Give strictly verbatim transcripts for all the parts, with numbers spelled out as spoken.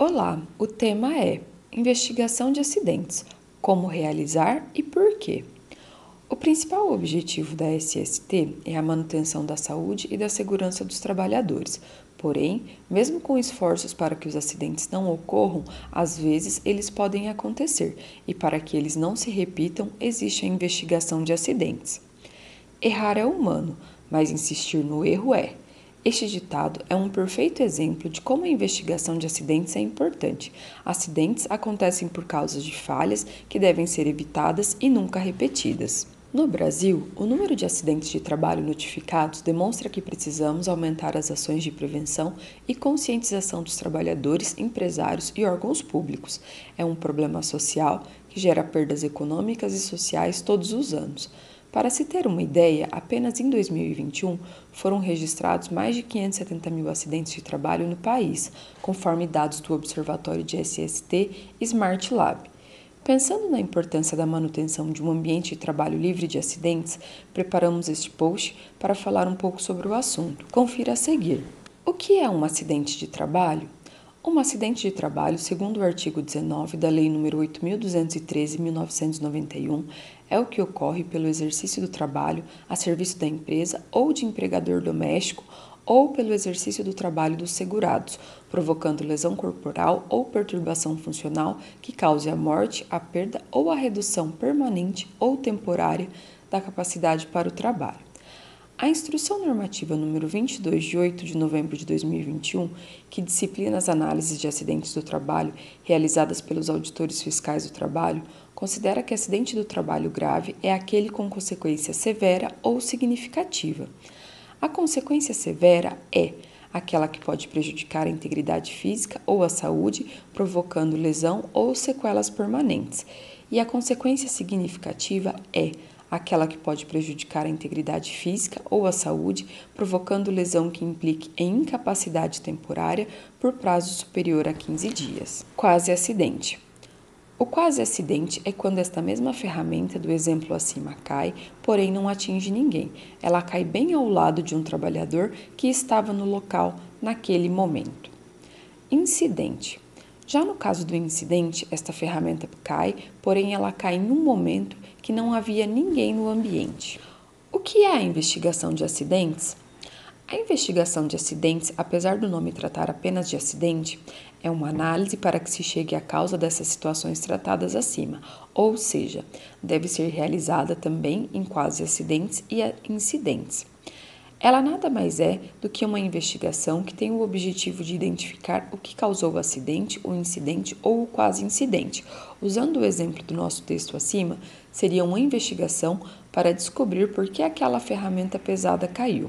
Olá, o tema é Investigação de acidentes, como realizar e por quê. O principal objetivo da S S T é a manutenção da saúde e da segurança dos trabalhadores. Porém, mesmo com esforços para que os acidentes não ocorram, às vezes eles podem acontecer, e para que eles não se repitam, existe a investigação de acidentes. Errar é humano, mas insistir no erro é. Este ditado é um perfeito exemplo de como a investigação de acidentes é importante. Acidentes acontecem por causa de falhas que devem ser evitadas e nunca repetidas. No Brasil, o número de acidentes de trabalho notificados demonstra que precisamos aumentar as ações de prevenção e conscientização dos trabalhadores, empresários e órgãos públicos. É um problema social que gera perdas econômicas e sociais todos os anos. Para se ter uma ideia, apenas em dois mil e vinte e um foram registrados mais de quinhentos e setenta mil acidentes de trabalho no país, conforme dados do Observatório de S S T Smart Lab. Pensando na importância da manutenção de um ambiente de trabalho livre de acidentes, preparamos este post para falar um pouco sobre o assunto. Confira a seguir. O que é um acidente de trabalho? Um acidente de trabalho, segundo o artigo dezenove da Lei nº oito mil duzentos e treze de mil novecentos e noventa e um, é o que ocorre pelo exercício do trabalho a serviço da empresa ou de empregador doméstico ou pelo exercício do trabalho dos segurados, provocando lesão corporal ou perturbação funcional que cause a morte, a perda ou a redução permanente ou temporária da capacidade para o trabalho. A Instrução Normativa número vinte e dois, de oito de novembro de dois mil e vinte e um, que disciplina as análises de acidentes do trabalho realizadas pelos auditores fiscais do trabalho, considera que acidente do trabalho grave é aquele com consequência severa ou significativa. A consequência severa é aquela que pode prejudicar a integridade física ou a saúde, provocando lesão ou sequelas permanentes. E a consequência significativa é aquela que pode prejudicar a integridade física ou a saúde, provocando lesão que implique em incapacidade temporária por prazo superior a quinze dias. Quase acidente. O quase acidente é quando esta mesma ferramenta do exemplo acima cai, porém não atinge ninguém. Ela cai bem ao lado de um trabalhador que estava no local naquele momento. Incidente. Já no caso do incidente, esta ferramenta cai, porém ela cai em um momento que não havia ninguém no ambiente. O que é a investigação de acidentes? A investigação de acidentes, apesar do nome tratar apenas de acidente, é uma análise para que se chegue à causa dessas situações tratadas acima, ou seja, deve ser realizada também em quase acidentes e incidentes. Ela nada mais é do que uma investigação que tem o objetivo de identificar o que causou o acidente, o incidente ou o quase incidente. Usando o exemplo do nosso texto acima, seria uma investigação para descobrir por que aquela ferramenta pesada caiu.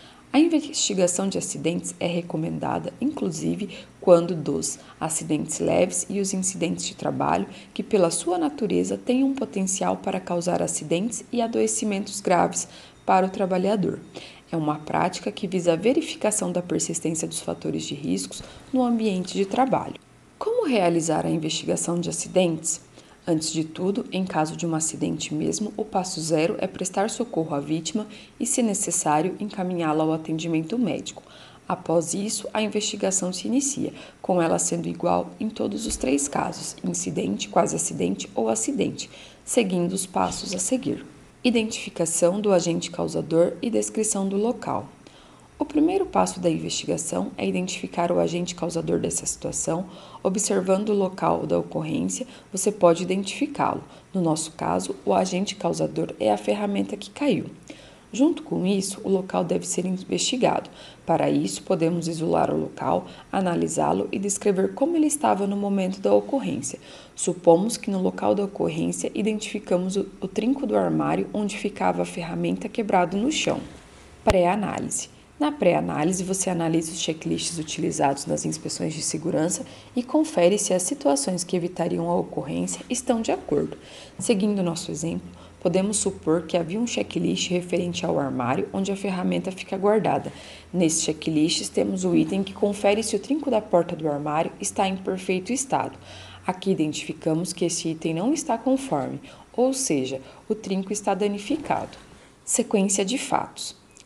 A investigação de acidentes é recomendada, inclusive, quando dos acidentes leves e os incidentes de trabalho, que pela sua natureza têm um potencial para causar acidentes e adoecimentos graves para o trabalhador. É uma prática que visa a verificação da persistência dos fatores de riscos no ambiente de trabalho. Como realizar a investigação de acidentes? Antes de tudo, em caso de um acidente mesmo, o passo zero é prestar socorro à vítima e, se necessário, encaminhá-la ao atendimento médico. Após isso, a investigação se inicia, com ela sendo igual em todos os três casos, incidente, quase acidente ou acidente, seguindo os passos a seguir. Identificação do agente causador e descrição do local. O primeiro passo da investigação é identificar o agente causador dessa situação. Observando o local da ocorrência, você pode identificá-lo. No nosso caso, o agente causador é a ferramenta que caiu. Junto com isso, o local deve ser investigado. Para isso, podemos isolar o local, analisá-lo e descrever como ele estava no momento da ocorrência. Supomos que no local da ocorrência identificamos o, o trinco do armário onde ficava a ferramenta quebrado no chão. Pré-análise. Na pré-análise, você analisa os checklists utilizados nas inspeções de segurança e confere se as situações que evitariam a ocorrência estão de acordo. Seguindo nosso exemplo, podemos supor que havia um checklist referente ao armário onde a ferramenta fica guardada. Nesses checklists, temos o item que confere se o trinco da porta do armário está em perfeito estado. Aqui identificamos que esse item não está conforme, ou seja, o trinco está danificado. Sequência de fatos.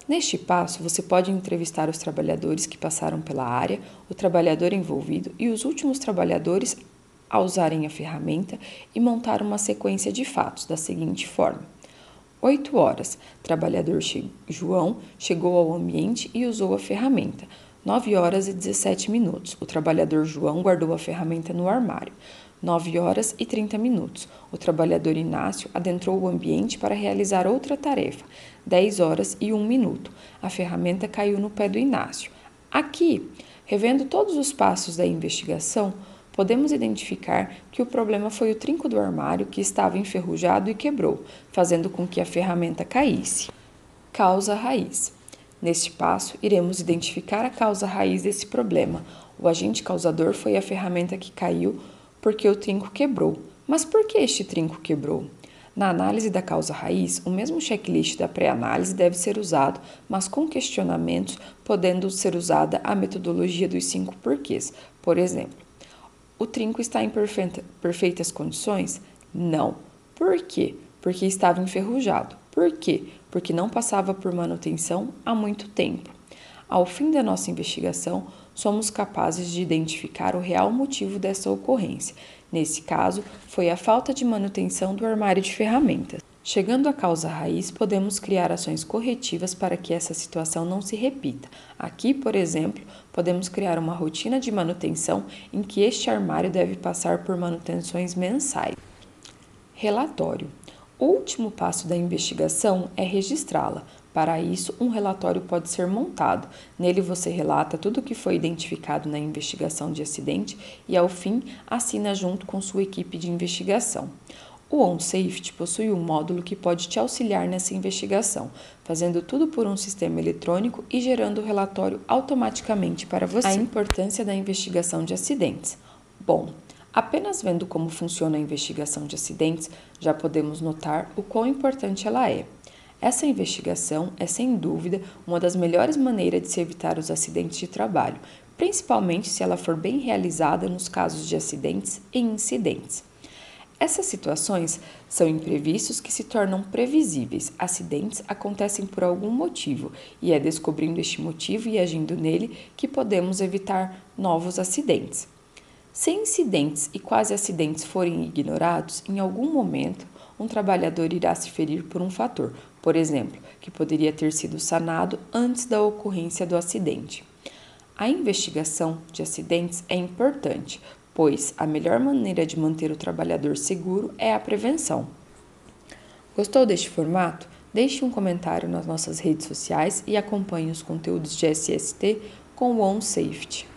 Neste passo, você pode entrevistar os trabalhadores que passaram pela área, o trabalhador envolvido e os últimos trabalhadores a usarem a ferramenta e montar uma sequência de fatos da seguinte forma: oito horas, trabalhador che- João chegou ao ambiente e usou a ferramenta. nove horas e dezessete minutos, o trabalhador João guardou a ferramenta no armário. nove horas e trinta minutos, o trabalhador Inácio adentrou o ambiente para realizar outra tarefa. dez horas e um minuto, a ferramenta caiu no pé do Inácio. Aqui, revendo todos os passos da investigação, podemos identificar que o problema foi o trinco do armário que estava enferrujado e quebrou, fazendo com que a ferramenta caísse. Causa raiz. Neste passo, iremos identificar a causa raiz desse problema. O agente causador foi a ferramenta que caiu porque o trinco quebrou. Mas por que este trinco quebrou? Na análise da causa raiz, o mesmo checklist da pré-análise deve ser usado, mas com questionamentos, podendo ser usada a metodologia dos cinco porquês. Por exemplo, o trinco está em perfeita, perfeitas condições? Não. Por quê? Porque estava enferrujado. Por quê? Porque não passava por manutenção há muito tempo. Ao fim da nossa investigação, somos capazes de identificar o real motivo dessa ocorrência. Nesse caso, foi a falta de manutenção do armário de ferramentas. Chegando à causa raiz, podemos criar ações corretivas para que essa situação não se repita. Aqui, por exemplo, podemos criar uma rotina de manutenção em que este armário deve passar por manutenções mensais. Relatório. O último passo da investigação é registrá-la. Para isso, um relatório pode ser montado. Nele você relata tudo o que foi identificado na investigação de acidente e, ao fim, assina junto com sua equipe de investigação. O OnSafety possui um módulo que pode te auxiliar nessa investigação, fazendo tudo por um sistema eletrônico e gerando o relatório automaticamente para você. A importância da investigação de acidentes. Bom, apenas vendo como funciona a investigação de acidentes, já podemos notar o quão importante ela é. Essa investigação é, sem dúvida, uma das melhores maneiras de se evitar os acidentes de trabalho, principalmente se ela for bem realizada nos casos de acidentes e incidentes. Essas situações são imprevistos que se tornam previsíveis. Acidentes acontecem por algum motivo e é descobrindo este motivo e agindo nele que podemos evitar novos acidentes. Se incidentes e quase acidentes forem ignorados, em algum momento um trabalhador irá se ferir por um fator, por exemplo, que poderia ter sido sanado antes da ocorrência do acidente. A investigação de acidentes é importante, pois a melhor maneira de manter o trabalhador seguro é a prevenção. Gostou deste formato? Deixe um comentário nas nossas redes sociais e acompanhe os conteúdos de S S T com o OnSafety.